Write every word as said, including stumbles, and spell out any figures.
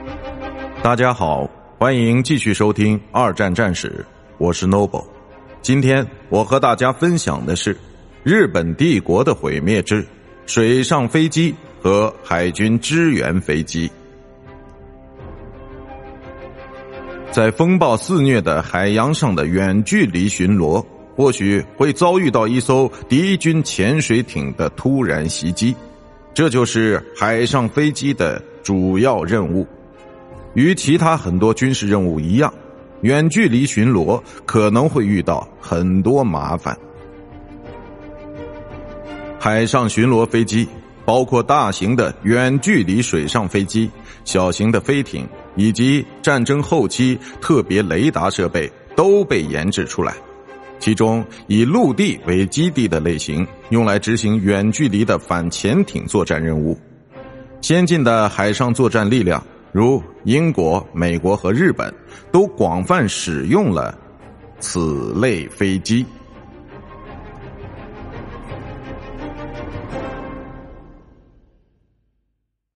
大家好，欢迎继续收听二战战史，我是 Noble。 今天我和大家分享的是日本帝国的毁灭之水上飞机和海军支援飞机。在风暴肆虐的海洋上的远距离巡逻，或许会遭遇到一艘敌军潜水艇的突然袭击，这就是海上飞机的主要任务。与其他很多军事任务一样，远距离巡逻可能会遇到很多麻烦。海上巡逻飞机包括大型的远距离水上飞机、小型的飞艇以及战争后期特别雷达设备都被研制出来。其中以陆地为基地的类型用来执行远距离的反潜艇作战任务。先进的海上作战力量如英国、美国和日本都广泛使用了此类飞机。